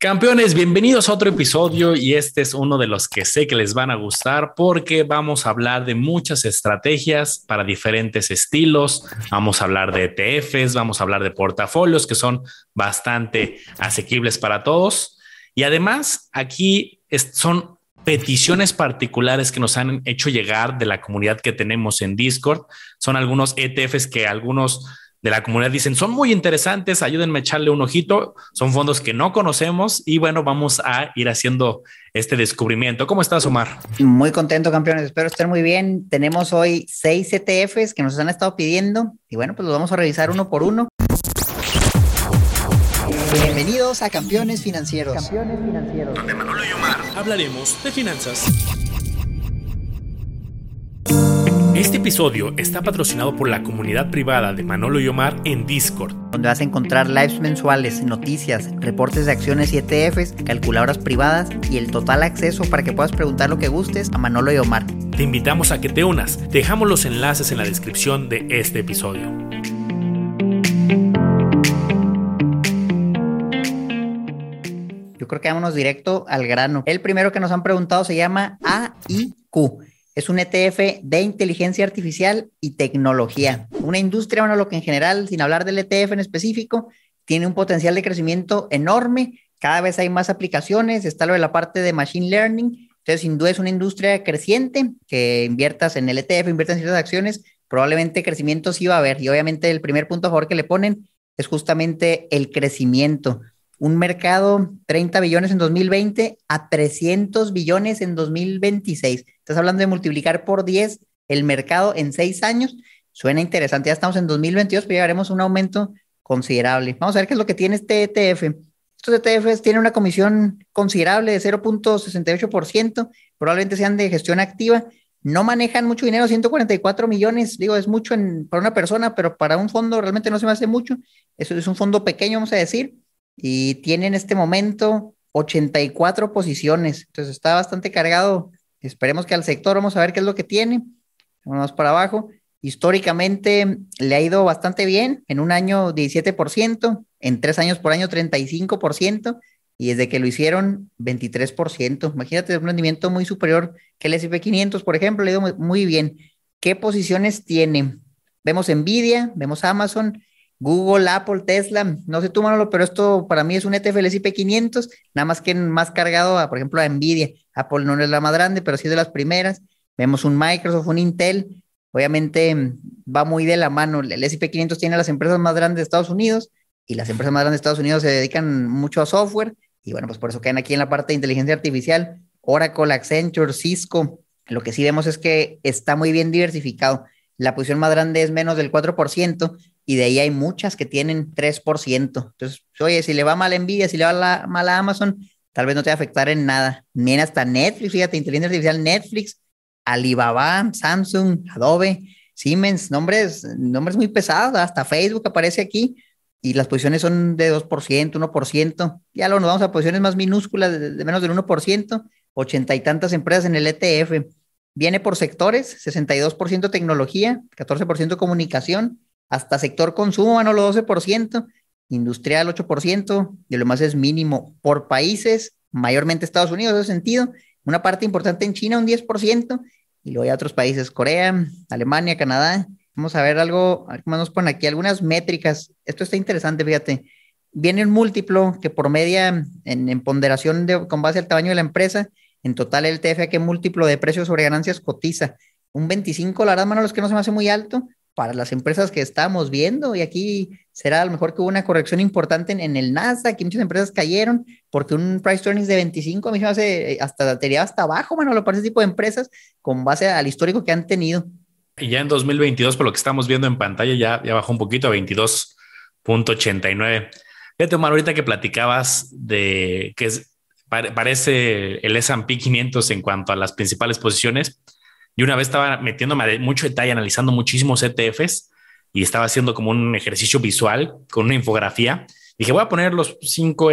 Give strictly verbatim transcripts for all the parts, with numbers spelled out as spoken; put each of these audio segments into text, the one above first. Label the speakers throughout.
Speaker 1: Campeones, bienvenidos a otro episodio y este es uno de los que sé que les van a gustar porque vamos a hablar de muchas estrategias para diferentes estilos, vamos a hablar de E T Fs, vamos a hablar de portafolios que son bastante asequibles para todos y además aquí es, son peticiones particulares que nos han hecho llegar de la comunidad que tenemos en Discord, son algunos E T Fs que algunos de la comunidad dicen son muy interesantes, ayúdenme a echarle un ojito, son fondos que no conocemos y bueno, vamos a ir haciendo este descubrimiento. ¿Cómo estás, Omar?
Speaker 2: Muy contento, campeones, espero estén muy bien. Tenemos hoy seis E T Fs que nos han estado pidiendo y bueno, pues los vamos a revisar uno por uno.
Speaker 3: Bienvenidos a Campeones Financieros.
Speaker 2: Campeones Financieros.
Speaker 1: Donde Manolo y Omar hablaremos de finanzas. Este episodio está patrocinado por la comunidad privada de Manolo y Omar en Discord,
Speaker 2: donde vas a encontrar lives mensuales, noticias, reportes de acciones y E T Fs, calculadoras privadas y el total acceso para que puedas preguntar lo que gustes a Manolo y Omar.
Speaker 1: Te invitamos a que te unas. Dejamos los enlaces en la descripción de este episodio.
Speaker 2: Yo creo que vámonos directo al grano. El primero que nos han preguntado se llama A I Q. Es un E T F de inteligencia artificial y tecnología. Una industria, bueno, lo que en general, sin hablar del E T F en específico, tiene un potencial de crecimiento enorme. Cada vez hay más aplicaciones. Está lo de la parte de Machine Learning. Entonces, sin duda es una industria creciente. Que inviertas en el E T F, inviertas en ciertas acciones, probablemente crecimiento sí va a haber. Y obviamente el primer punto a favor que le ponen es justamente el crecimiento. Un mercado, treinta billones en dos mil veinte a trescientos billones en dos mil veintiséis. Estás hablando de multiplicar por diez el mercado en seis años. Suena interesante. Ya estamos en dos mil veintidós, pero ya veremos un aumento considerable. Vamos a ver qué es lo que tiene este E T F. Estos E T Fs tienen una comisión considerable de cero punto sesenta y ocho por ciento. Probablemente sean de gestión activa. No manejan mucho dinero, ciento cuarenta y cuatro millones. Digo, es mucho en, para una persona, pero para un fondo realmente no se me hace mucho. Eso es un fondo pequeño, vamos a decir. Y tiene en este momento ochenta y cuatro posiciones, entonces está bastante cargado. Esperemos que al sector, vamos a ver qué es lo que tiene. Vamos para abajo. Históricamente le ha ido bastante bien, en un año diecisiete por ciento, en tres años por año treinta y cinco por ciento y desde que lo hicieron veintitrés por ciento. Imagínate, un rendimiento muy superior que el ese y pe quinientos, por ejemplo, le ha ido muy bien. ¿Qué posiciones tiene? Vemos Nvidia, vemos Amazon, Google, Apple, Tesla, no sé tú, Manolo, pero esto para mí es un E T F del ese y pe quinientos, nada más que más cargado, a, por ejemplo, a Nvidia. Apple no es la más grande, pero sí de las primeras. Vemos un Microsoft, un Intel, obviamente va muy de la mano. El ese y pe quinientos tiene las empresas más grandes de Estados Unidos y las empresas más grandes de Estados Unidos se dedican mucho a software y bueno, pues por eso caen aquí en la parte de inteligencia artificial. Oracle, Accenture, Cisco. Lo que sí vemos es que está muy bien diversificado. La posición más grande es menos del cuatro por ciento y de ahí hay muchas que tienen tres por ciento. Entonces, oye, si le va mal a Nvidia, si le va la, mal a Amazon, tal vez no te va a afectar en nada. Ni en hasta Netflix, fíjate, inteligencia artificial, Netflix, Alibaba, Samsung, Adobe, Siemens, nombres, nombres muy pesados, hasta Facebook aparece aquí y las posiciones son de dos por ciento, uno por ciento. Ya luego nos vamos a posiciones más minúsculas, de, de menos del uno por ciento, ochenta y tantas empresas en el E T F. Viene por sectores, sesenta y dos por ciento tecnología, catorce por ciento comunicación, hasta sector consumo, Manolo, doce por ciento, industrial ocho por ciento, y lo más es mínimo. Por países, mayormente Estados Unidos, en ese sentido, una parte importante en China, un diez por ciento, y luego hay otros países, Corea, Alemania, Canadá. Vamos a ver algo, a ver cómo nos ponen aquí, algunas métricas. Esto está interesante, fíjate. Viene un múltiplo que por media, en, en ponderación de, con base al tamaño de la empresa, en total el E T F, ¿a qué múltiplo de precios sobre ganancias cotiza? Un veinticinco, la verdad, Manolo, es que no se me hace muy alto para las empresas que estamos viendo, y aquí será a lo mejor que hubo una corrección importante en, en el Nasdaq, y muchas empresas cayeron, porque un price earnings de veinticinco a mí se me hace hasta, tería hasta abajo, Manolo, para ese tipo de empresas, con base al histórico que han tenido.
Speaker 1: Y ya en dos mil veintidós, por lo que estamos viendo en pantalla, ya, ya bajó un poquito a veintidós punto ochenta y nueve. Fíjate, Omar, ahorita que platicabas de que es, parece el ese y pe quinientos en cuanto a las principales posiciones. Y una vez estaba metiéndome a mucho detalle, analizando muchísimos E T Fs y estaba haciendo como un ejercicio visual con una infografía. Dije, voy a poner los cinco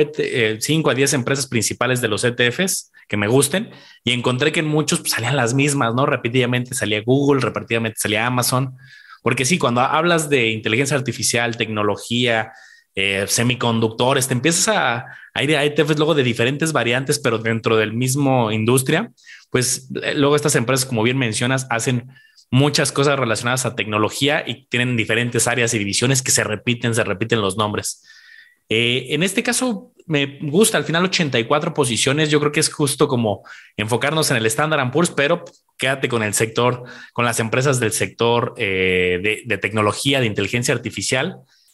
Speaker 1: a diez empresas principales de los E T Fs que me gusten y encontré que en muchos pues, salían las mismas, ¿no? Repetidamente salía Google, repetidamente salía Amazon. Porque sí, cuando hablas de inteligencia artificial, tecnología, eh, semiconductores, te empiezas a, a ir a E T Fs luego de diferentes variantes, pero dentro del mismo industria, pues eh, luego estas empresas, como bien mencionas, hacen muchas cosas relacionadas a tecnología y tienen diferentes áreas y divisiones que se repiten, se repiten los nombres. Eh, en este caso, me gusta al final ochenta y cuatro posiciones. Yo creo que es justo como enfocarnos en el Standard and Poor's, pero quédate con el sector, con las empresas del sector eh, de, de tecnología, de inteligencia artificial.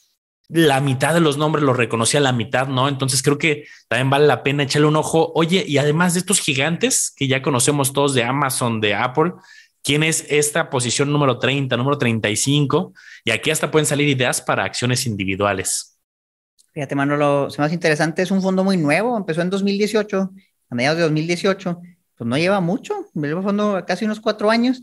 Speaker 1: La mitad de los nombres los reconocía, la mitad no. Entonces creo que también vale la pena echarle un ojo. Oye, y además de estos gigantes que ya conocemos todos de Amazon, de Apple, ¿quién es esta posición número treinta, número treinta y cinco? Y aquí hasta pueden salir ideas para acciones individuales.
Speaker 2: Fíjate, Manolo, lo más interesante, es un fondo muy nuevo, empezó en dos mil dieciocho, a mediados de dos mil dieciocho, pues no lleva mucho, lleva fondo casi unos cuatro años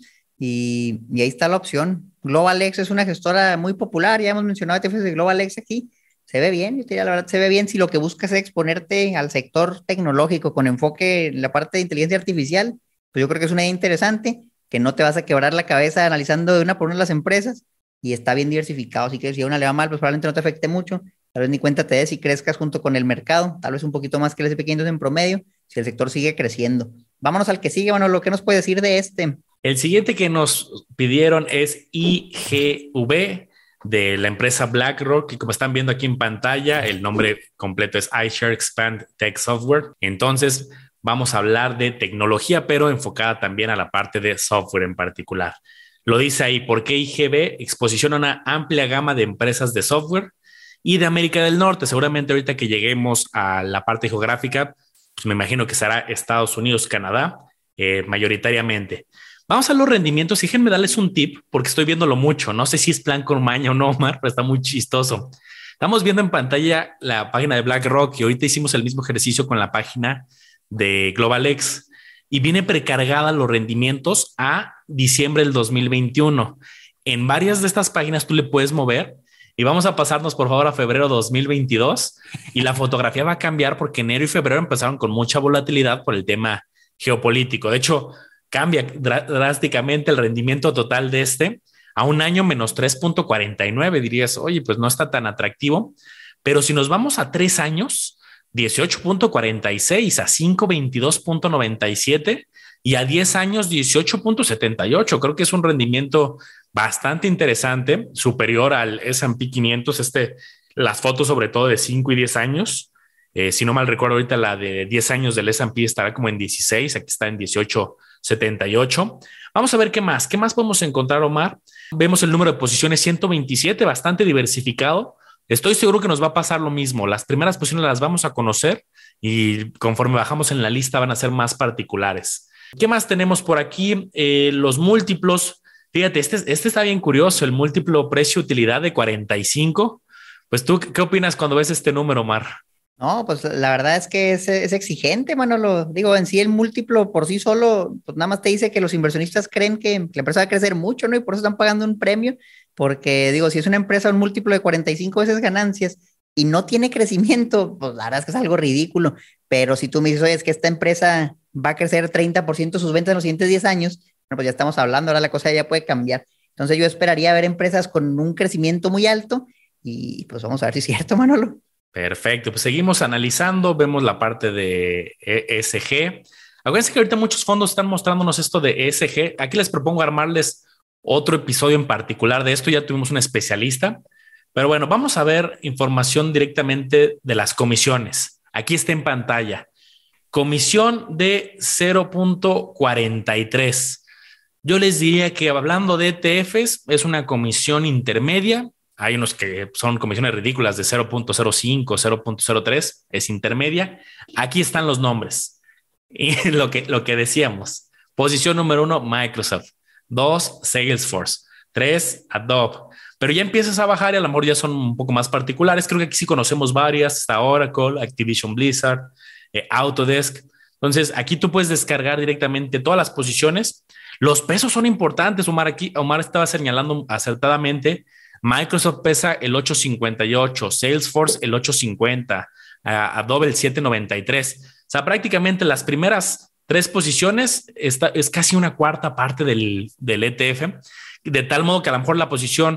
Speaker 2: y, y ahí está la opción. GlobalX es una gestora muy popular, ya hemos mencionado E T Fs de GlobalX aquí, se ve bien, yo te diría la verdad, se ve bien si lo que buscas es exponerte al sector tecnológico con enfoque en la parte de inteligencia artificial, pues yo creo que es una idea interesante, que no te vas a quebrar la cabeza analizando de una por una las empresas y está bien diversificado, así que si a una le va mal, pues probablemente no te afecte mucho. Tal vez ni cuenta te des y crezcas junto con el mercado, tal vez un poquito más que el S and P quinientos en promedio, si el sector sigue creciendo. Vámonos al que sigue, bueno, lo que nos puede decir de este.
Speaker 1: El siguiente que nos pidieron es I G V de la empresa BlackRock, que como están viendo aquí en pantalla, el nombre completo es iShares Expand Tech Software. Entonces, vamos a hablar de tecnología, pero enfocada también a la parte de software en particular. Lo dice ahí, porque I G V exposiciona una amplia gama de empresas de software y de América del Norte. Seguramente ahorita que lleguemos a la parte geográfica, pues me imagino que será Estados Unidos, Canadá, eh, mayoritariamente. Vamos a los rendimientos. Déjenme darles un tip, porque estoy viéndolo mucho. No sé si es plan con maña o no, Omar, pero está muy chistoso. Estamos viendo en pantalla la página de BlackRock y ahorita hicimos el mismo ejercicio con la página de GlobalX y viene precargada los rendimientos a diciembre del dos mil veintiuno. En varias de estas páginas tú le puedes mover. Y vamos a pasarnos, por favor, a febrero dos mil veintidós y la fotografía va a cambiar porque enero y febrero empezaron con mucha volatilidad por el tema geopolítico. De hecho, cambia drásticamente el rendimiento total de este a un año menos tres punto cuarenta y nueve. Dirías, oye, pues no está tan atractivo. Pero si nos vamos a tres años, dieciocho punto cuarenta y seis, a cinco veintidós punto noventa y siete y a diez años, dieciocho punto setenta y ocho. Creo que es un rendimiento bastante interesante, superior al S and P quinientos, este, las fotos sobre todo de cinco y diez años. Eh, si no mal recuerdo, ahorita la de diez años del S and P estará como en dieciséis, aquí está en dieciocho setenta y ocho. Vamos a ver qué más, qué más podemos encontrar, Omar. Vemos el número de posiciones ciento veintisiete, bastante diversificado. Estoy seguro que nos va a pasar lo mismo. Las primeras posiciones las vamos a conocer y conforme bajamos en la lista van a ser más particulares. ¿Qué más tenemos por aquí? Eh, los múltiplos. Fíjate, este, este está bien curioso, el múltiplo precio-utilidad de cuarenta y cinco. Pues tú, ¿qué opinas cuando ves este número, Omar?
Speaker 2: No, pues la verdad es que es, es exigente, Manolo. Digo, en sí el múltiplo por sí solo, pues nada más te dice que los inversionistas creen que la empresa va a crecer mucho, ¿no? Y por eso están pagando un premio, porque digo, si es una empresa un múltiplo de cuarenta y cinco veces ganancias y no tiene crecimiento, pues la verdad es que es algo ridículo. Pero si tú me dices, oye, es que esta empresa va a crecer treinta por ciento sus ventas en los siguientes diez años, bueno, pues ya estamos hablando, ahora la cosa ya puede cambiar. Entonces yo esperaría ver empresas con un crecimiento muy alto y pues vamos a ver si es cierto, Manolo.
Speaker 1: Perfecto, pues seguimos analizando, vemos la parte de E S G. Acuérdense que ahorita muchos fondos están mostrándonos esto de E S G. Aquí les propongo armarles otro episodio en particular de esto, ya tuvimos un especialista, pero bueno, vamos a ver información directamente de las comisiones. Aquí está en pantalla. Comisión de cero punto cuarenta y tres. Yo les diría que hablando de E T Fs, es una comisión intermedia. Hay unos que son comisiones ridículas de cero punto cero cinco, cero punto cero tres, es intermedia. Aquí están los nombres. Y lo que, lo que decíamos. Posición número uno, Microsoft. Dos, Salesforce. Tres, Adobe. Pero ya empiezas a bajar y a lo mejor ya son un poco más particulares. Creo que aquí sí conocemos varias. Está Oracle, Activision Blizzard, eh, Autodesk. Entonces, aquí tú puedes descargar directamente todas las posiciones. Los pesos son importantes, Omar. Aquí Omar estaba señalando acertadamente. Microsoft pesa el ocho cincuenta y ocho, Salesforce el ocho cincuenta, uh, Adobe el siete noventa y tres. O sea, prácticamente las primeras tres posiciones está, es casi una cuarta parte del, del E T F, de tal modo que a lo mejor la posición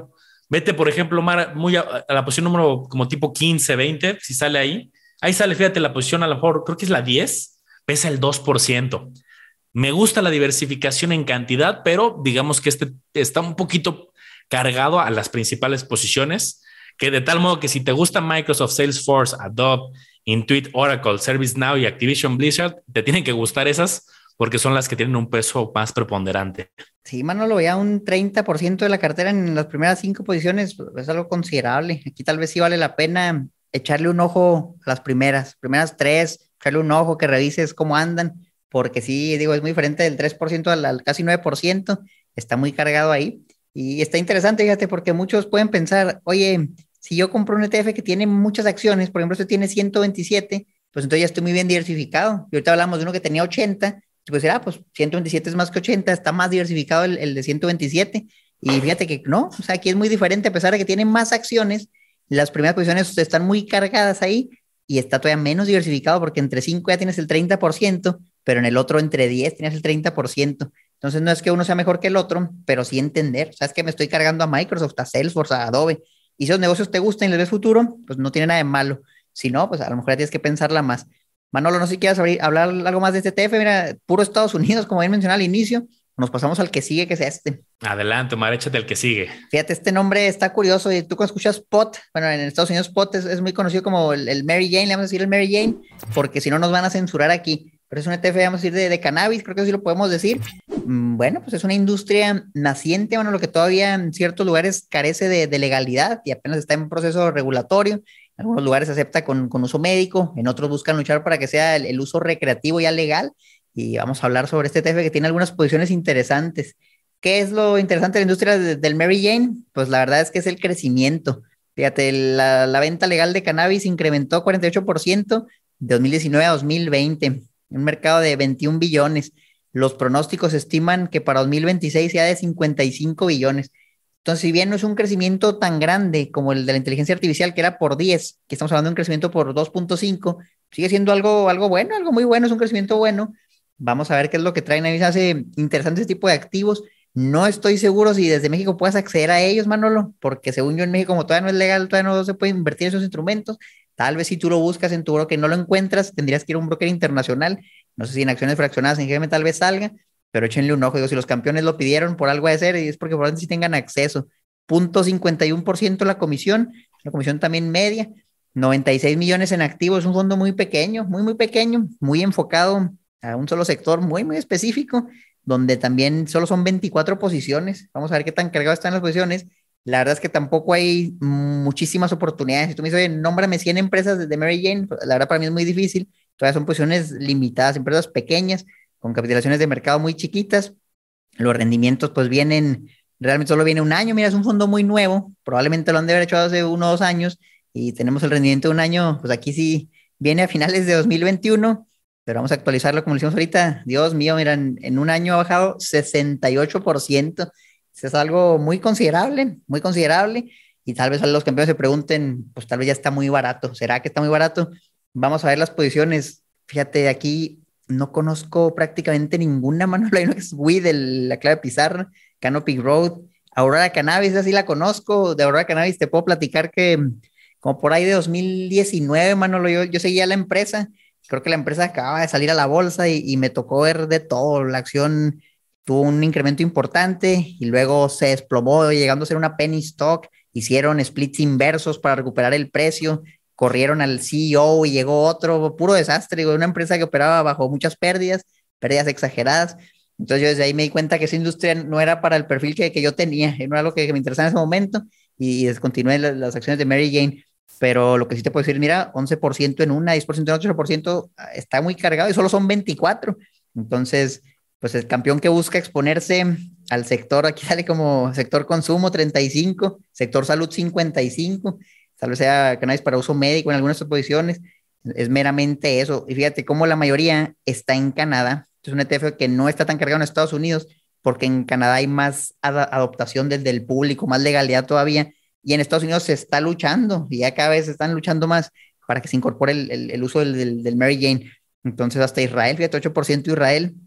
Speaker 1: Vete, por ejemplo, Mar, muy a, a la posición número como tipo quince, veinte, si sale ahí. Ahí sale, fíjate, la posición a lo mejor, creo que es la diez, pesa el dos por ciento. Me gusta la diversificación en cantidad, pero digamos que este está un poquito cargado a las principales posiciones, que de tal modo que si te gusta Microsoft, Salesforce, Adobe, Intuit, Oracle, ServiceNow y Activision Blizzard, te tienen que gustar esas porque son las que tienen un peso más preponderante.
Speaker 2: Sí, Manolo, ya un treinta por ciento de la cartera en las primeras cinco posiciones es algo considerable. Aquí tal vez sí vale la pena echarle un ojo a las primeras, primeras tres, echarle un ojo, que revises cómo andan, porque sí, digo, es muy diferente del tres por ciento al, al casi nueve por ciento, está muy cargado ahí. Y está interesante, fíjate, porque muchos pueden pensar, oye, si yo compro un E T F que tiene muchas acciones, por ejemplo, este tiene ciento veintisiete, pues entonces ya estoy muy bien diversificado. Y ahorita hablamos de uno que tenía ochenta, pues ah, pues ciento veintisiete es más que ochenta, está más diversificado el, el de ciento veintisiete. Y fíjate que no, o sea, aquí es muy diferente, a pesar de que tiene más acciones, las primeras posiciones están muy cargadas ahí y está todavía menos diversificado porque entre cinco ya tienes el treinta por ciento, pero en el otro entre diez tienes el treinta por ciento. Entonces no es que uno sea mejor que el otro, pero sí entender, sabes que me estoy cargando a Microsoft, a Salesforce, a Adobe, y si esos negocios te gustan y les ves futuro, pues no tiene nada de malo. Si no, pues a lo mejor ya tienes que pensarla más. Manolo, no sé si quieres abrir, hablar algo más de este E T F, mira, puro Estados Unidos, como bien mencioné al inicio, nos pasamos al que sigue, que es este.
Speaker 1: Adelante, Omar, échate el que sigue.
Speaker 2: Fíjate, este nombre está curioso, y tú cuando escuchas P O T, bueno, en Estados Unidos P O T es, es muy conocido como el, el Mary Jane, le vamos a decir el Mary Jane, porque si no nos van a censurar aquí, pero es un E T F, vamos a decir, de, de cannabis, creo que sí lo podemos decir. Mm, bueno, pues es una industria naciente, bueno, lo que todavía en ciertos lugares carece de, de legalidad y apenas está en proceso regulatorio. En algunos lugares se acepta con, con uso médico, en otros buscan luchar para que sea el, el uso recreativo ya legal, y vamos a hablar sobre este E T F que tiene algunas posiciones interesantes. ¿Qué es lo interesante de la industria de, del Mary Jane? Pues la verdad es que es el crecimiento. Fíjate, la, la venta legal de cannabis incrementó cuarenta y ocho por ciento de dos mil diecinueve a dos mil veinte, un mercado de veintiún billones. Los pronósticos estiman que para dos mil veintiséis sea de cincuenta y cinco billones. Entonces, si bien no es un crecimiento tan grande como el de la inteligencia artificial, que era por diez, que estamos hablando de un crecimiento por dos punto cinco, sigue siendo algo, algo bueno, algo muy bueno, es un crecimiento bueno. Vamos a ver qué es lo que traen. A mí se hace interesante este tipo de activos. No estoy seguro si desde México puedes acceder a ellos, Manolo, porque según yo en México, como todavía no es legal, todavía no se puede invertir en esos instrumentos. Tal vez si tú lo buscas en tu broker no lo encuentras, tendrías que ir a un broker internacional. No sé si en acciones fraccionadas en G M tal vez salga, pero échenle un ojo. Digo, si los campeones lo pidieron, por algo de ser, y es porque probablemente sí tengan acceso. cero punto cincuenta y uno por ciento la comisión, la comisión también media, noventa y seis millones en activos, es un fondo muy pequeño, muy, muy pequeño, muy enfocado a un solo sector, muy, muy específico, donde también solo son veinticuatro posiciones. Vamos a ver qué tan cargadas están las posiciones. La verdad es que tampoco hay muchísimas oportunidades. Si tú me dices, oye, nómbrame cien empresas de Mary Jane, la verdad para mí es muy difícil. Todavía son posiciones limitadas, empresas pequeñas, con capitalizaciones de mercado muy chiquitas. Los rendimientos pues vienen, realmente solo viene un año. Mira, es un fondo muy nuevo, probablemente lo han de haber hecho hace uno o dos años, y tenemos el rendimiento de un año, pues aquí sí viene a finales de dos mil veintiuno, pero vamos a actualizarlo como lo hicimos ahorita. Dios mío, miran, en un año ha bajado sesenta y ocho por ciento. Eso es algo muy considerable, muy considerable. Y tal vez los campeones se pregunten, pues tal vez ya está muy barato. ¿Será que está muy barato? Vamos a ver las posiciones. Fíjate, aquí no conozco prácticamente ninguna, mano. Hay uno que es Wii de la clave pizarra, Canopy Road, Aurora Cannabis, así la conozco. De Aurora Cannabis te puedo platicar que como por ahí de dos mil diecinueve, Manolo, yo, yo seguía la empresa. Creo que la empresa acababa de salir a la bolsa y, y me tocó ver de todo. La acción tuvo un incremento importante y luego se desplomó, llegando a ser una penny stock. Hicieron splits inversos para recuperar el precio, corrieron al C E O y llegó otro, puro desastre. Una empresa que operaba bajo muchas pérdidas, pérdidas exageradas. Entonces yo desde ahí me di cuenta que esa industria no era para el perfil que, que yo tenía, no era algo que, que me interesaba en ese momento, y descontinué las, las acciones de Mary Jane. Pero lo que sí te puedo decir, mira, once por ciento en una, diez por ciento en ocho por ciento, está muy cargado y solo son veinticuatro. Entonces, pues el campeón que busca exponerse al sector, aquí sale como sector consumo treinta y cinco, sector salud cincuenta y cinco, tal vez sea cannabis para uso médico en algunas posiciones, es meramente eso. Y fíjate cómo la mayoría está en Canadá. Es un E T F que no está tan cargado en Estados Unidos, porque en Canadá hay más ad- adoptación del, del público, más legalidad todavía. Y en Estados Unidos se está luchando, y ya cada vez están luchando más para que se incorpore el, el, el uso del, del, del Mary Jane. Entonces, hasta Israel, fíjate, ocho por ciento Israel.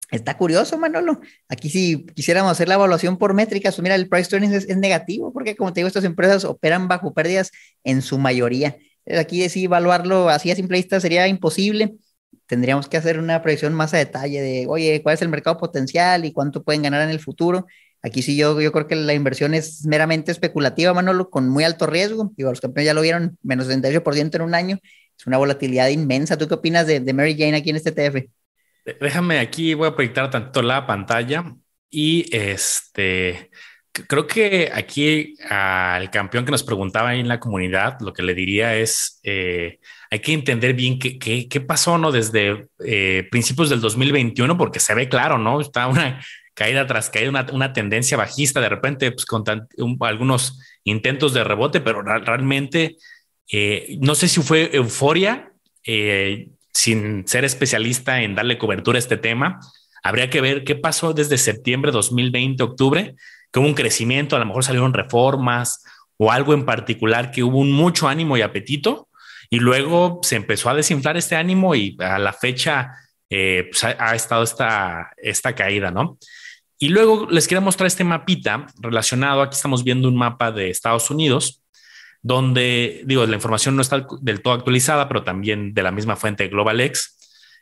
Speaker 2: Está curioso, Manolo. Aquí si quisiéramos hacer la evaluación por métricas, pues mira, el price to earnings es, es negativo porque como te digo, estas empresas operan bajo pérdidas en su mayoría. Entonces, aquí decir evaluarlo así a simple vista sería imposible. Tendríamos que hacer una proyección más a detalle de, oye, ¿cuál es el mercado potencial y cuánto pueden ganar en el futuro? Aquí sí yo, yo creo que la inversión es meramente especulativa, Manolo, con muy alto riesgo. Digo, los campeones ya lo vieron, menos setenta y ocho por ciento en un año. Es una volatilidad inmensa. ¿Tú qué opinas de, de Mary Jane aquí en este E T F?
Speaker 1: Déjame aquí, voy a proyectar tanto la pantalla y este, creo que aquí al campeón que nos preguntaba ahí en la comunidad, lo que le diría es, eh, hay que entender bien qué, qué, qué pasó, ¿no? Desde eh, principios del dos mil veintiuno, porque se ve claro, ¿no? Está una caída tras caída, una, una tendencia bajista, de repente, pues con tan, un, algunos intentos de rebote, pero ra- realmente, eh, no sé si fue euforia, eh, sin ser especialista en darle cobertura a este tema, habría que ver qué pasó desde septiembre de dos mil veinte, octubre, que hubo un crecimiento, a lo mejor salieron reformas o algo en particular que hubo un mucho ánimo y apetito, y luego se empezó a desinflar este ánimo y a la fecha eh, pues ha, ha estado esta, esta caída, ¿no? Y luego les quiero mostrar este mapita relacionado, aquí estamos viendo un mapa de Estados Unidos, donde, digo, la información no está del todo actualizada, pero también de la misma fuente GlobalX.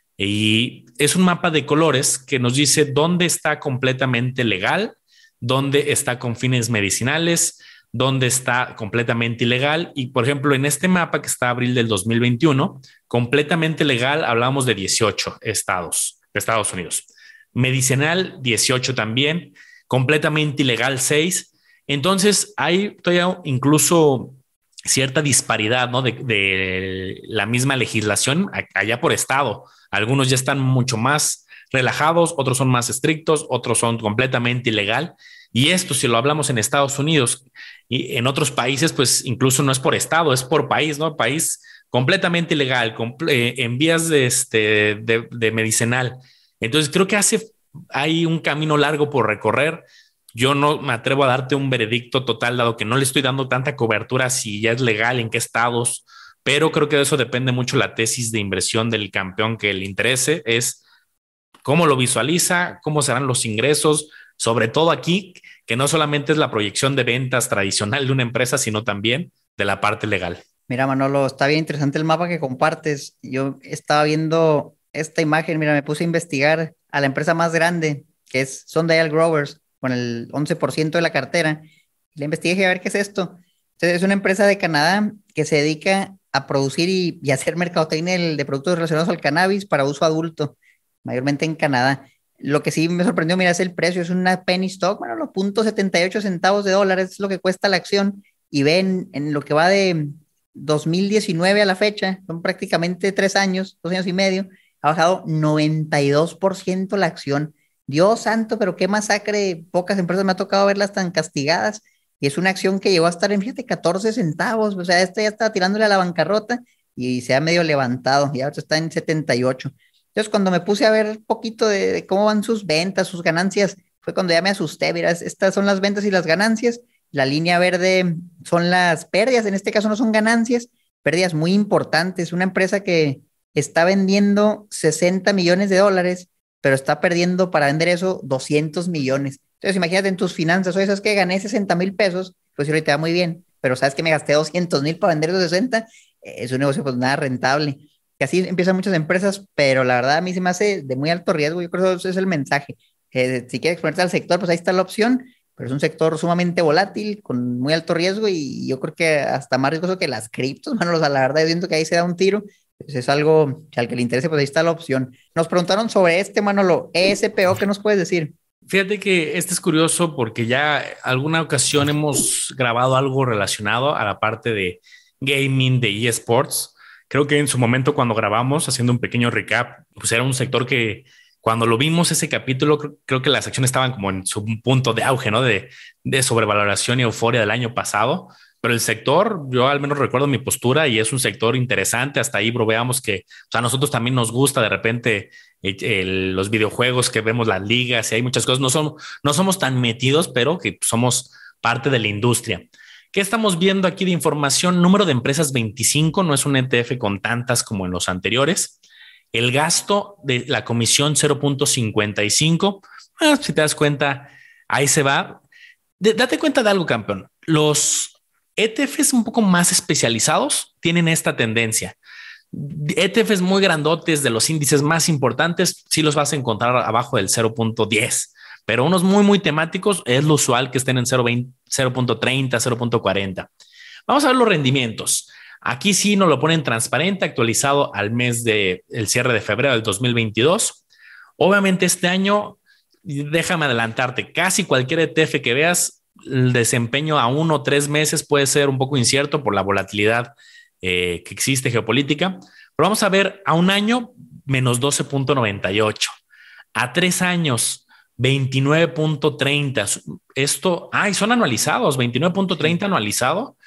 Speaker 1: Y es un mapa de colores que nos dice dónde está completamente legal, dónde está con fines medicinales, dónde está completamente ilegal. Y, por ejemplo, en este mapa que está abril del dos mil veintiuno, completamente legal, hablamos de dieciocho estados de Estados Unidos. Medicinal, dieciocho también. Completamente ilegal, seis. Entonces, hay todavía incluso cierta disparidad, ¿no? De, de la misma legislación allá por estado. Algunos ya están mucho más relajados, otros son más estrictos, otros son completamente ilegal. Y esto, si lo hablamos en Estados Unidos y en otros países, pues incluso no es por estado, es por país, ¿no? País completamente ilegal, comple en vías de, este, de, de medicinal. Entonces creo que hace, hay un camino largo por recorrer. Yo no me atrevo a darte un veredicto total, dado que no le estoy dando tanta cobertura si ya es legal, en qué estados, pero creo que de eso depende mucho la tesis de inversión del campeón que le interese, es cómo lo visualiza, cómo serán los ingresos, sobre todo aquí, que no solamente es la proyección de ventas tradicional de una empresa, sino también de la parte legal.
Speaker 2: Mira, Manolo, está bien interesante el mapa que compartes. Yo estaba viendo esta imagen, mira, me puse a investigar a la empresa más grande, que es Sundial Growers, con el once por ciento de la cartera. Le investigué a ver qué es esto. Entonces, es una empresa de Canadá que se dedica a producir y, y hacer mercadotecnia de, de productos relacionados al cannabis para uso adulto, mayormente en Canadá. Lo que sí me sorprendió, mira, es el precio, es una penny stock, bueno, los punto setenta y ocho centavos de dólares es lo que cuesta la acción, y ven en lo que va de dos mil diecinueve a la fecha, son prácticamente tres años, dos años y medio, ha bajado noventa y dos por ciento la acción. Dios santo, pero qué masacre, pocas empresas me ha tocado verlas tan castigadas, y es una acción que llegó a estar en, fíjate, catorce centavos, o sea, esta ya estaba tirándole a la bancarrota y se ha medio levantado, y ahora está en setenta y ocho. Entonces, cuando me puse a ver un poquito de, de cómo van sus ventas, sus ganancias, fue cuando ya me asusté. Mira, estas son las ventas y las ganancias. La línea verde son las pérdidas. En este caso no son ganancias, pérdidas muy importantes. Una empresa que está vendiendo sesenta millones de dólares, pero está perdiendo para vender eso doscientos millones. Entonces, imagínate en tus finanzas, oye, ¿sabes que gané sesenta mil pesos? Pues ahorita va muy bien, pero ¿sabes que me gasté doscientos mil para vender esos sesenta? Es un negocio pues nada rentable. Que así empiezan muchas empresas, pero la verdad a mí se me hace de muy alto riesgo. Yo creo que eso es el mensaje. Eh, si quieres exponerte al sector, pues ahí está la opción, pero es un sector sumamente volátil, con muy alto riesgo, y yo creo que hasta más riesgoso que las criptos, mano, o sea, la verdad yo siento que ahí se da un tiro. Pues es algo que al que le interese, pues ahí está la opción. Nos preguntaron sobre este, Manolo, E S P O, ¿qué nos puedes decir?
Speaker 1: Fíjate que este es curioso porque ya alguna ocasión hemos grabado algo relacionado a la parte de gaming, de eSports. Creo que en su momento cuando grabamos, haciendo un pequeño recap, pues era un sector que cuando lo vimos ese capítulo, creo, creo que las acciones estaban como en su punto de auge, ¿no? De, de sobrevaloración y euforia del año pasado. Pero el sector, yo al menos recuerdo mi postura y es un sector interesante. Hasta ahí bro, veamos que, o sea, a nosotros también nos gusta de repente el, el, los videojuegos, que vemos las ligas y hay muchas cosas. No, son, no somos tan metidos, pero que somos parte de la industria. ¿Qué estamos viendo aquí de información? Número de empresas veinticinco, no es un E T F con tantas como en los anteriores. El gasto de la comisión cero punto cincuenta y cinco. Bueno, si te das cuenta, ahí se va. D- date cuenta de algo, campeón. Los E T Fs un poco más especializados tienen esta tendencia. E T Fs muy grandotes de los índices más importantes, sí los vas a encontrar abajo del cero punto diez, pero unos muy, muy temáticos es lo usual que estén en cero punto treinta, cero punto cuarenta. Vamos a ver los rendimientos. Aquí sí nos lo ponen transparente, actualizado al mes de el cierre de febrero del dos mil veintidós. Obviamente este año, déjame adelantarte, casi cualquier E T F que veas, el desempeño a uno o tres meses puede ser un poco incierto por la volatilidad eh, que existe geopolítica. Pero vamos a ver a un año, menos doce punto noventa y ocho. A tres años, veintinueve punto treinta. Esto, ay, son anualizados, veintinueve punto treinta anualizado.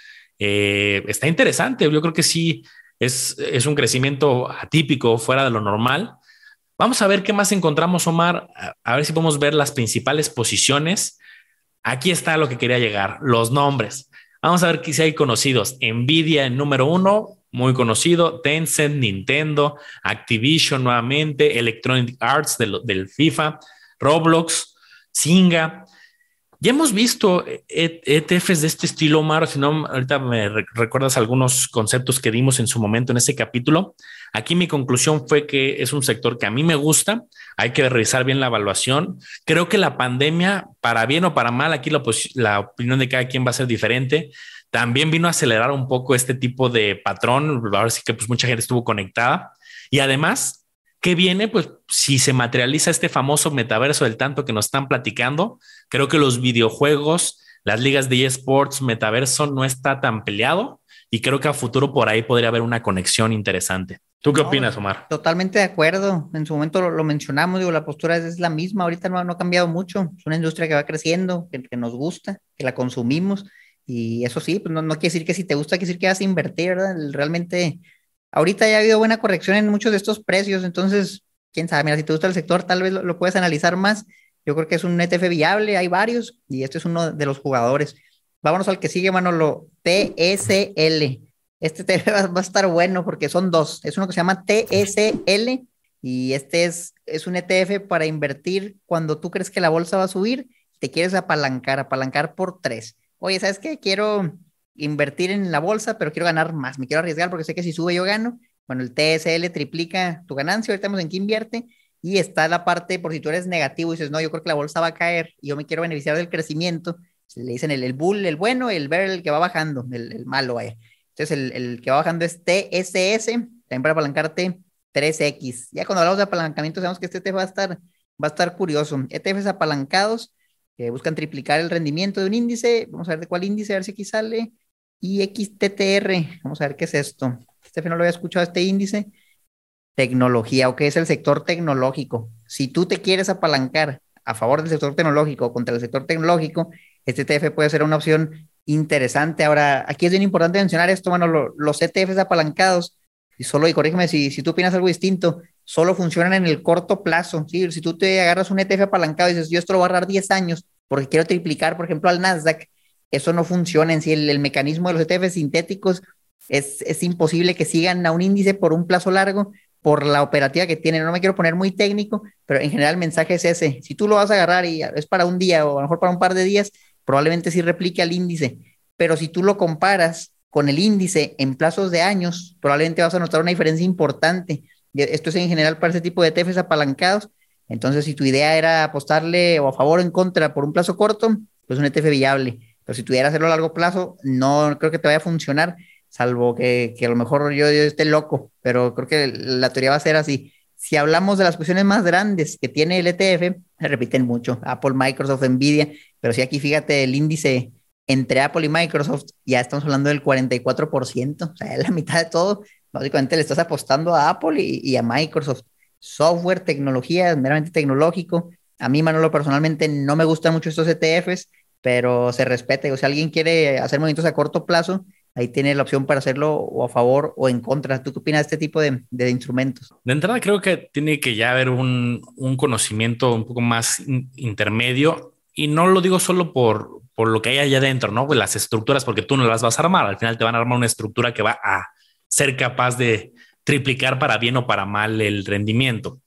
Speaker 1: Eh, está interesante. Yo creo que sí es, es un crecimiento atípico, fuera de lo normal. Vamos a ver qué más encontramos, Omar. A, a ver si podemos ver las principales posiciones. Aquí está lo que quería llegar, los nombres. Vamos a ver si hay conocidos. Nvidia en número uno, muy conocido. Tencent, Nintendo, Activision nuevamente, Electronic Arts del, del FIFA, Roblox, Zynga. Ya hemos visto E T Fs de este estilo, Omar. Si no, ahorita me recuerdas algunos conceptos que dimos en su momento en ese capítulo. Aquí mi conclusión fue que es un sector que a mí me gusta. Hay que revisar bien la evaluación. Creo que la pandemia, para bien o para mal, aquí la, la opinión de cada quien va a ser diferente. También vino a acelerar un poco este tipo de patrón. Ahora sí que pues mucha gente estuvo conectada. Y además, ¿qué viene? Pues si se materializa este famoso metaverso del tanto que nos están platicando, creo que los videojuegos, las ligas de eSports, metaverso no está tan peleado y creo que a futuro por ahí podría haber una conexión interesante. ¿Tú qué no, opinas, Omar?
Speaker 2: Totalmente de acuerdo. En su momento lo, lo mencionamos, digo, la postura es, es la misma. Ahorita no, no ha cambiado mucho. Es una industria que va creciendo, que, que nos gusta, que la consumimos. Y eso sí, pues no, no quiere decir que si te gusta, quiere decir que vas a invertir, ¿verdad? Realmente, ahorita ya ha habido buena corrección en muchos de estos precios. Entonces, quién sabe, mira, si te gusta el sector, tal vez lo, lo puedes analizar más. Yo creo que es un E T F viable, hay varios, y este es uno de los jugadores. Vámonos al que sigue, Manolo, T S L. Este T S L va a estar bueno porque son dos. Es uno que se llama T S L y este es, es un E T F para invertir cuando tú crees que la bolsa va a subir, te quieres apalancar, apalancar por tres. Oye, ¿sabes qué? Quiero invertir en la bolsa, pero quiero ganar más. Me quiero arriesgar porque sé que si sube yo gano. Bueno, el T S L triplica tu ganancia. Ahorita estamos en qué invierte y está la parte por si tú eres negativo y dices, no, yo creo que la bolsa va a caer y yo me quiero beneficiar del crecimiento. Le dicen el, el bull, el bueno, y el bear, el que va bajando, el, el malo, vaya. Entonces, el, el que va bajando es T S S, también para apalancarte tres X. Ya cuando hablamos de apalancamiento, sabemos que este E T F va a estar, va a estar curioso. E T Fs apalancados que buscan triplicar el rendimiento de un índice. Vamos a ver de cuál índice, a ver si aquí sale. I X T T R, vamos a ver qué es esto. Este no lo había escuchado, este índice. Tecnología, o qué es el sector tecnológico. Si tú te quieres apalancar a favor del sector tecnológico o contra el sector tecnológico, este E T F puede ser una opción interesante. Ahora, aquí es bien importante mencionar esto, bueno, lo, los E T Fs apalancados, y solo, y corrígeme si, si tú opinas algo distinto, solo funcionan en el corto plazo, ¿sí? Si tú te agarras un E T F apalancado y dices, yo esto lo voy a agarrar diez años porque quiero triplicar, por ejemplo, al Nasdaq, eso no funciona en sí. El, el mecanismo de los E T Fs sintéticos es, es imposible que sigan a un índice por un plazo largo por la operativa que tienen. No me quiero poner muy técnico, pero en general el mensaje es ese. Si tú lo vas a agarrar y es para un día o a lo mejor para un par de días, probablemente sí replique al índice, pero si tú lo comparas con el índice en plazos de años, probablemente vas a notar una diferencia importante. Esto es en general para ese tipo de E T Fs apalancados. Entonces, si tu idea era apostarle o a favor o en contra por un plazo corto, pues un E T F viable. Pero si tu idea era hacerlo a largo plazo, no creo que te vaya a funcionar, salvo que, que a lo mejor yo, yo esté loco, pero creo que la teoría va a ser así. Si hablamos de las posiciones más grandes que tiene el E T F, se repiten mucho, Apple, Microsoft, Nvidia, pero si aquí fíjate el índice entre Apple y Microsoft, ya estamos hablando del cuarenta y cuatro por ciento, o sea, es la mitad de todo. Básicamente le estás apostando a Apple y, y a Microsoft. Software, tecnología, meramente tecnológico. A mí, Manolo, personalmente no me gustan mucho estos E T Fs, pero se respeta. O sea, si alguien quiere hacer movimientos a corto plazo, ahí tiene la opción para hacerlo o a favor o en contra. ¿Tú qué opinas de este tipo de, de instrumentos?
Speaker 1: De entrada, creo que tiene que ya haber un, un conocimiento un poco más in, intermedio, y no lo digo solo por, por lo que hay allá adentro, ¿no? Pues las estructuras, porque tú no las vas a armar. Al final te van a armar una estructura que va a ser capaz de triplicar para bien o para mal el rendimiento.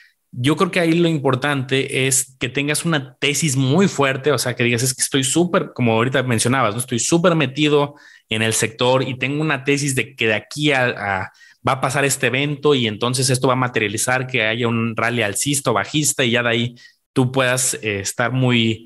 Speaker 1: Yo creo que ahí lo importante es que tengas una tesis muy fuerte, o sea, que digas, es que estoy súper, como ahorita mencionabas, ¿no? Estoy súper metido en el sector y tengo una tesis de que de aquí a, a va a pasar este evento y entonces esto va a materializar que haya un rally alcista o bajista y ya de ahí tú puedas eh, estar muy,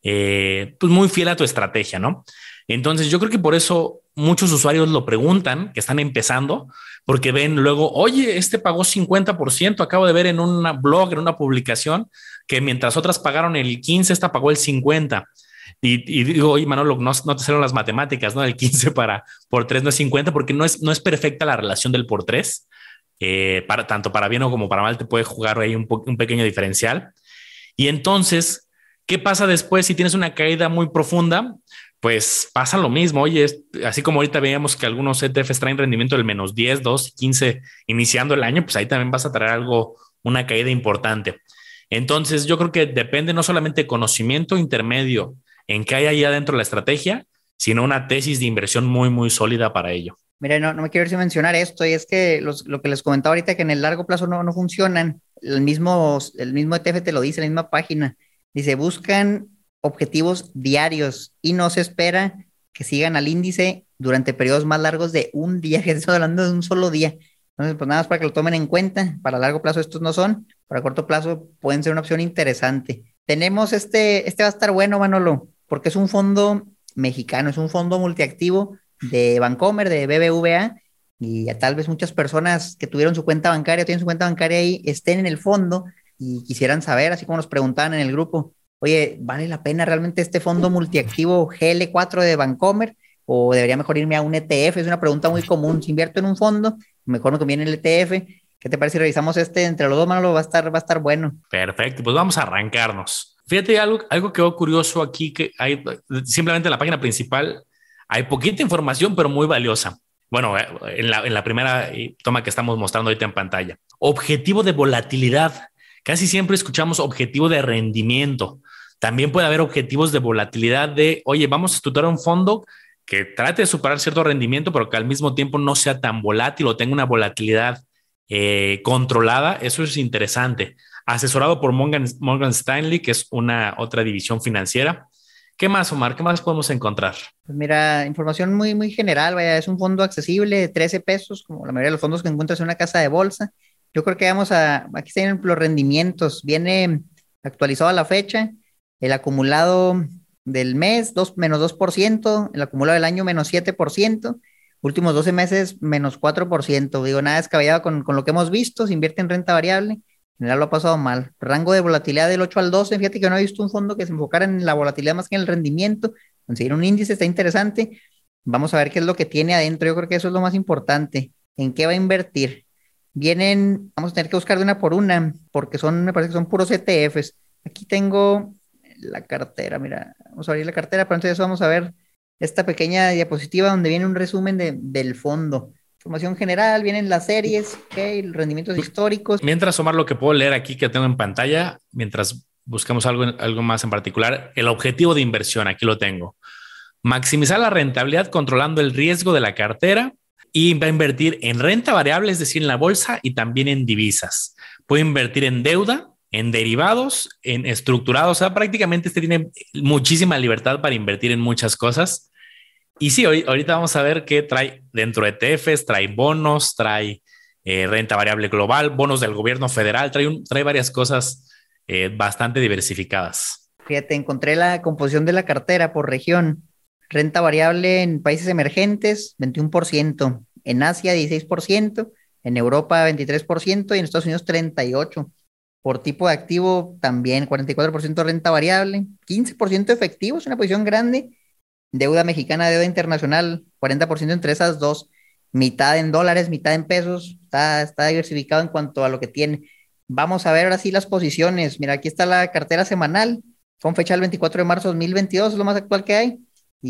Speaker 1: eh, pues muy fiel a tu estrategia, ¿no? Entonces yo creo que por eso muchos usuarios lo preguntan, que están empezando, porque ven luego, oye, este pagó cincuenta por ciento, acabo de ver en un blog, en una publicación, que mientras otras pagaron el quince, esta pagó el cincuenta. Y, y digo, oye, Manolo, no, no te salieron las matemáticas, ¿no? El quince para, por tres no es cincuenta, porque no es, no es perfecta la relación del por tres. Eh, para, tanto para bien o como para mal te puede jugar ahí un, un pequeño diferencial. Y entonces, ¿qué pasa después si tienes una caída muy profunda? Pues pasa lo mismo. Oye, así como ahorita veíamos que algunos E T Fs traen rendimiento del menos diez, dos, quince iniciando el año, pues ahí también vas a traer algo, una caída importante. Entonces, yo creo que depende no solamente de conocimiento intermedio en qué hay ahí adentro de la estrategia, sino una tesis de inversión muy, muy sólida para ello.
Speaker 2: Mira, no, no me quiero irse a mencionar esto, y es que los, lo que les comentaba ahorita, que en el largo plazo no, no funcionan. El mismo, el mismo E T F te lo dice, la misma página. Dice, buscan objetivos diarios y no se espera que sigan al índice durante periodos más largos de un día, que estoy hablando de un solo día. Entonces, pues nada más para que lo tomen en cuenta. Para largo plazo estos no son, para corto plazo pueden ser una opción interesante. Tenemos este, este va a estar bueno, Manolo, porque es un fondo mexicano, es un fondo multiactivo de Bancomer, de B B V A, y tal vez muchas personas que tuvieron su cuenta bancaria, tienen su cuenta bancaria ahí, estén en el fondo y quisieran saber, así como nos preguntaban en el grupo, oye, ¿vale la pena realmente este fondo multiactivo G L cuatro de Bancomer? ¿O debería mejor irme a un E T F? Es una pregunta muy común. Si invierto en un fondo, mejor me conviene el E T F. ¿Qué te parece si revisamos este entre los dos, Manolo? Va a estar, va a estar bueno.
Speaker 1: Perfecto, pues vamos a arrancarnos. Fíjate, algo, algo que quedó curioso aquí, que hay simplemente en la página principal, hay poquita información, pero muy valiosa. Bueno, en la, en la primera toma que estamos mostrando ahorita en pantalla. Objetivo de volatilidad. Casi siempre escuchamos objetivo de rendimiento. También puede haber objetivos de volatilidad de, oye, vamos a estudiar un fondo que trate de superar cierto rendimiento, pero que al mismo tiempo no sea tan volátil o tenga una volatilidad eh, controlada. Eso es interesante. Asesorado por Morgan, Morgan Stanley, que es una otra división financiera. ¿Qué más, Omar? ¿Qué más podemos encontrar?
Speaker 2: Pues mira, información muy, muy general. Vaya, es un fondo accesible de trece pesos, como la mayoría de los fondos que encuentras en una casa de bolsa. Yo creo que vamos a, aquí están los rendimientos. Viene actualizado a la fecha. El acumulado del mes, dos, menos dos por ciento, el acumulado del año, menos siete por ciento, últimos doce meses, menos cuatro por ciento. Digo, nada descabellado con, con lo que hemos visto. Se invierte en renta variable. En general lo ha pasado mal. Rango de volatilidad del ocho al doce. Fíjate que no he visto un fondo que se enfocara en la volatilidad más que en el rendimiento. Conseguir un índice está interesante. Vamos a ver qué es lo que tiene adentro. Yo creo que eso es lo más importante. ¿En qué va a invertir? Vienen, vamos a tener que buscar de una por una, porque son, me parece que son puros E T Fs. Aquí tengo la cartera, mira, vamos a abrir la cartera, pero antes de eso vamos a ver esta pequeña diapositiva donde viene un resumen de, del fondo. Información general, vienen las series, okay, rendimientos históricos.
Speaker 1: Mientras, Omar, lo que puedo leer aquí que tengo en pantalla, mientras buscamos algo, algo más en particular, el objetivo de inversión, aquí lo tengo. Maximizar la rentabilidad controlando el riesgo de la cartera y va a invertir en renta variable, es decir, en la bolsa y también en divisas. Puede invertir en deuda, en derivados, en estructurados. O sea, prácticamente este tiene muchísima libertad para invertir en muchas cosas. Y sí, ahorita vamos a ver qué trae dentro de E T Fs, trae bonos, trae eh, renta variable global, bonos del gobierno federal, trae, un, trae varias cosas eh, bastante diversificadas.
Speaker 2: Fíjate, encontré la composición de la cartera por región. Renta variable en países emergentes, veintiuno por ciento. En Asia, dieciséis por ciento. En Europa, veintitrés por ciento. Y en Estados Unidos, treinta y ocho por ciento. Por tipo de activo, también cuarenta y cuatro por ciento renta variable, quince por ciento efectivo, es una posición grande. Deuda mexicana, deuda internacional, cuarenta por ciento entre esas dos. Mitad en dólares, mitad en pesos. Está, está diversificado en cuanto a lo que tiene. Vamos a ver ahora sí las posiciones. Mira, aquí está la cartera semanal, con fecha del veinticuatro de marzo de dos mil veintidós, es lo más actual que hay.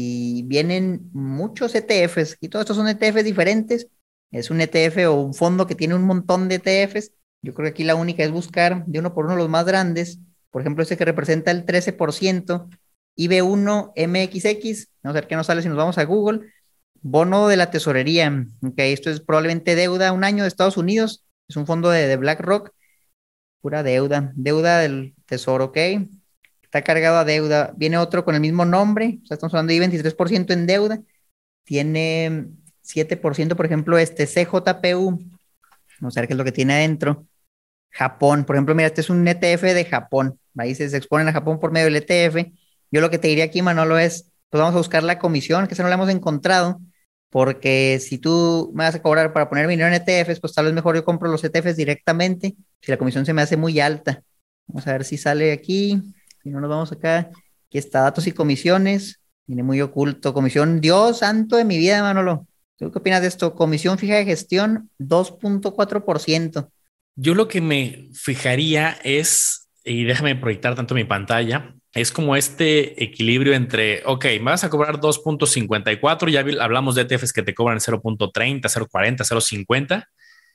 Speaker 2: Y vienen muchos E T Fs, y todos estos son E T Fs diferentes. Es un E T F o un fondo que tiene un montón de E T Fs. Yo creo que aquí la única es buscar de uno por uno los más grandes. Por ejemplo, este que representa el trece por ciento, I B uno M X X. Vamos a ver qué nos sale si nos vamos a Google. Bono de la tesorería. Ok, esto es probablemente deuda un año de Estados Unidos. Es un fondo de, de BlackRock. Pura deuda. Deuda del tesoro, ok. Está cargado a deuda. Viene otro con el mismo nombre. O sea, estamos hablando de veintitrés por ciento en deuda. Tiene siete por ciento, por ejemplo, este C J P U. Vamos a ver qué es lo que tiene adentro. Japón, por ejemplo, mira, este es un E T F de Japón. Ahí se, se exponen a Japón por medio del E T F. Yo lo que te diría aquí, Manolo, es, pues vamos a buscar la comisión, que esa no la hemos encontrado, porque si tú me vas a cobrar para poner dinero en E T Fs, pues tal vez mejor yo compro los E T Fs directamente, si la comisión se me hace muy alta. Vamos a ver si sale aquí, si no nos vamos acá. Aquí está, datos y comisiones. Viene muy oculto. Comisión, Dios santo de mi vida, Manolo. ¿Tú qué opinas de esto? Comisión fija de gestión, dos punto cuatro por ciento.
Speaker 1: Yo lo que me fijaría es, y déjame proyectar tanto mi pantalla, es como este equilibrio entre, ok, me vas a cobrar dos punto cincuenta y cuatro, ya hablamos de E T Fs que te cobran cero punto treinta, cero punto cuarenta, cero punto cincuenta,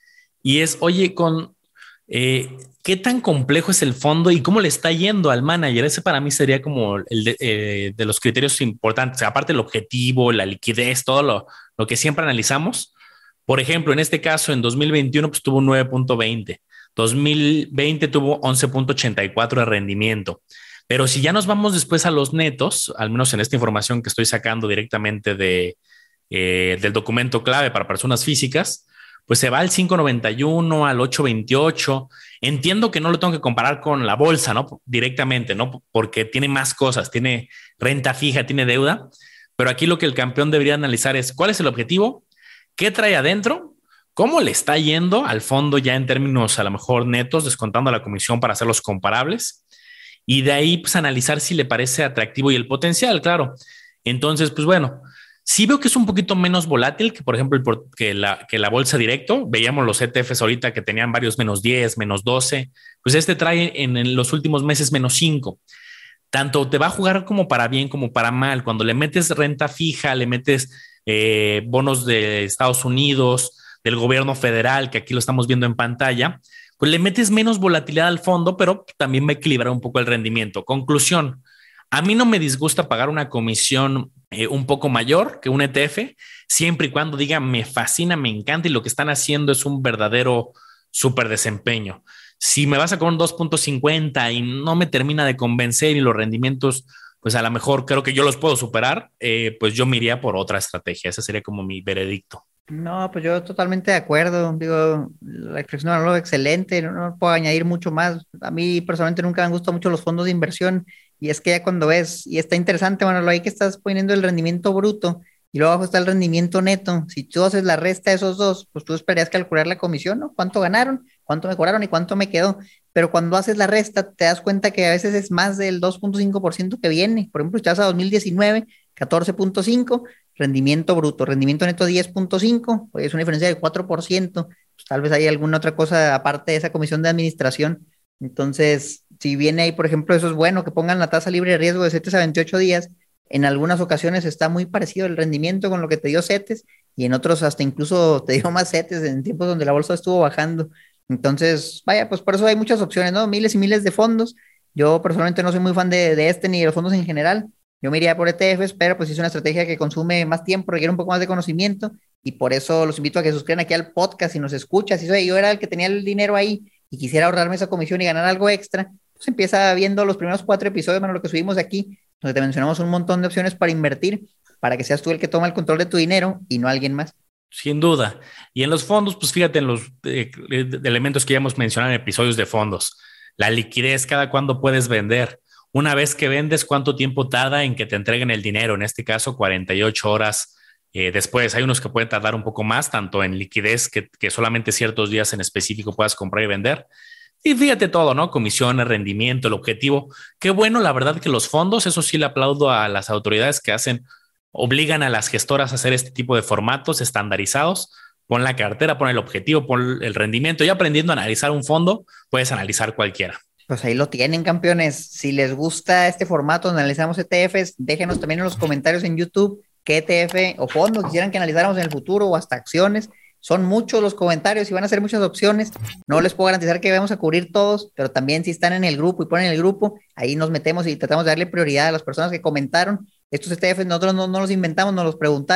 Speaker 1: y es, oye, con eh, qué tan complejo es el fondo y cómo le está yendo al manager. Ese para mí sería como el de, eh, de los criterios importantes, aparte del objetivo, la liquidez, todo lo, lo que siempre analizamos. Por ejemplo, en este caso, en dos mil veintiuno, pues tuvo nueve punto veinte, dos mil veinte tuvo once punto ochenta y cuatro de rendimiento. Pero si ya nos vamos después a los netos, al menos en esta información que estoy sacando directamente de, eh, del documento clave para personas físicas, pues se va al cinco punto noventa y uno, al ocho punto veintiocho. Entiendo que no lo tengo que comparar con la bolsa, ¿no? Directamente, ¿no? Porque tiene más cosas, tiene renta fija, tiene deuda. Pero aquí lo que el campeón debería analizar es cuál es el objetivo, qué trae adentro, cómo le está yendo al fondo ya en términos a lo mejor netos, descontando la comisión para hacerlos comparables. Y de ahí, pues, analizar si le parece atractivo y el potencial, claro. Entonces, pues bueno, sí veo que es un poquito menos volátil que, por ejemplo, el, que, la, que la bolsa directo. Veíamos los E T Fs ahorita que tenían varios menos diez, menos doce. Pues este trae en, en los últimos meses menos cinco. Tanto te va a jugar como para bien como para mal. Cuando le metes renta fija, le metes eh, bonos de Estados Unidos, del gobierno federal, que aquí lo estamos viendo en pantalla, pues le metes menos volatilidad al fondo, pero también va a equilibrar un poco el rendimiento. Conclusión, a mí no me disgusta pagar una comisión eh, un poco mayor que un E T F, siempre y cuando diga me fascina, me encanta y lo que están haciendo es un verdadero súper desempeño. Si me vas a cobrar un dos punto cincuenta y no me termina de convencer y los rendimientos, pues a lo mejor creo que yo los puedo superar, eh, pues yo me iría por otra estrategia. Ese sería como mi veredicto.
Speaker 2: No, pues yo totalmente de acuerdo. Digo, la expresión es algo excelente, no, no puedo añadir mucho más. A mí personalmente nunca me han gustado mucho los fondos de inversión y es que ya cuando ves, y está interesante, bueno, lo ahí que estás poniendo el rendimiento bruto y luego abajo está el rendimiento neto. Si tú haces la resta de esos dos, pues tú esperarías calcular la comisión, ¿no? ¿Cuánto ganaron? ¿Cuánto me cobraron y cuánto me quedó? Pero cuando haces la resta, te das cuenta que a veces es más del dos punto cinco por ciento que viene. Por ejemplo, si te vas a dos mil diecinueve, catorce punto cinco, rendimiento bruto, rendimiento neto diez punto cinco, pues es una diferencia de cuatro por ciento. Pues tal vez hay alguna otra cosa aparte de esa comisión de administración. Entonces, si viene ahí, por ejemplo, eso es bueno, que pongan la tasa libre de riesgo de CETES a veintiocho días. En algunas ocasiones está muy parecido el rendimiento con lo que te dio CETES y en otros hasta incluso te dio más CETES en tiempos donde la bolsa estuvo bajando. Entonces, vaya, pues por eso hay muchas opciones, ¿no? Miles y miles de fondos. Yo personalmente no soy muy fan de, de este ni de los fondos en general. Yo me iría por E T Fs, pero pues es una estrategia que consume más tiempo, requiere un poco más de conocimiento y por eso los invito a que suscriban aquí al podcast y nos escuchas. Si soy, yo era el que tenía el dinero ahí y quisiera ahorrarme esa comisión y ganar algo extra, pues empieza viendo los primeros cuatro episodios, bueno, lo que subimos aquí, donde te mencionamos un montón de opciones para invertir, para que seas tú el que toma el control de tu dinero y no alguien más.
Speaker 1: Sin duda. Y en los fondos, pues fíjate en los eh, elementos que ya hemos mencionado en episodios de fondos. La liquidez, cada cuándo puedes vender. Una vez que vendes, ¿cuánto tiempo tarda en que te entreguen el dinero? En este caso, cuarenta y ocho horas eh, después. Hay unos que pueden tardar un poco más, tanto en liquidez que, que solamente ciertos días en específico puedas comprar y vender. Y fíjate todo, ¿no? Comisiones, rendimiento, el objetivo. Qué bueno, la verdad que los fondos, eso sí le aplaudo a las autoridades que hacen, obligan a las gestoras a hacer este tipo de formatos estandarizados. Pon la cartera, pon el objetivo, pon el rendimiento. Y aprendiendo a analizar un fondo, puedes analizar cualquiera.
Speaker 2: Pues ahí lo tienen, campeones. Si les gusta este formato donde analizamos E T Fs, déjenos también en los comentarios en YouTube qué E T F o fondo quisieran que analizáramos en el futuro o hasta acciones. Son muchos los comentarios y van a ser muchas opciones. No les puedo garantizar que vamos a cubrir todos, pero también si están en el grupo y ponen el grupo, ahí nos metemos y tratamos de darle prioridad a las personas que comentaron. Estos E T Fs nosotros no, no los inventamos, nos los preguntaron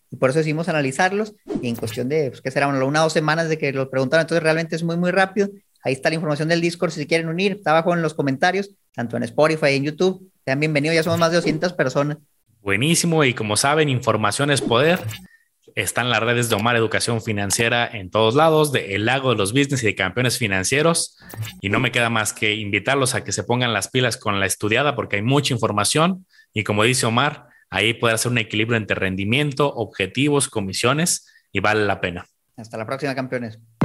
Speaker 2: y por eso decidimos analizarlos y en cuestión de, pues, ¿qué será? Una, una o dos semanas de que los preguntaron, entonces realmente es muy, muy rápido. Ahí está la información del Discord si se quieren unir, está abajo en los comentarios, tanto en Spotify y en YouTube. Sean bienvenidos, ya somos más de doscientas personas.
Speaker 1: Buenísimo, y como saben, información es poder. Están las redes de Omar Educación Financiera en todos lados, de El Lago de los Business y de Campeones Financieros. Y no me queda más que invitarlos a que se pongan las pilas con la estudiada porque hay mucha información. Y como dice Omar, ahí puede hacer un equilibrio entre rendimiento, objetivos, comisiones y vale la pena.
Speaker 2: Hasta la próxima, campeones.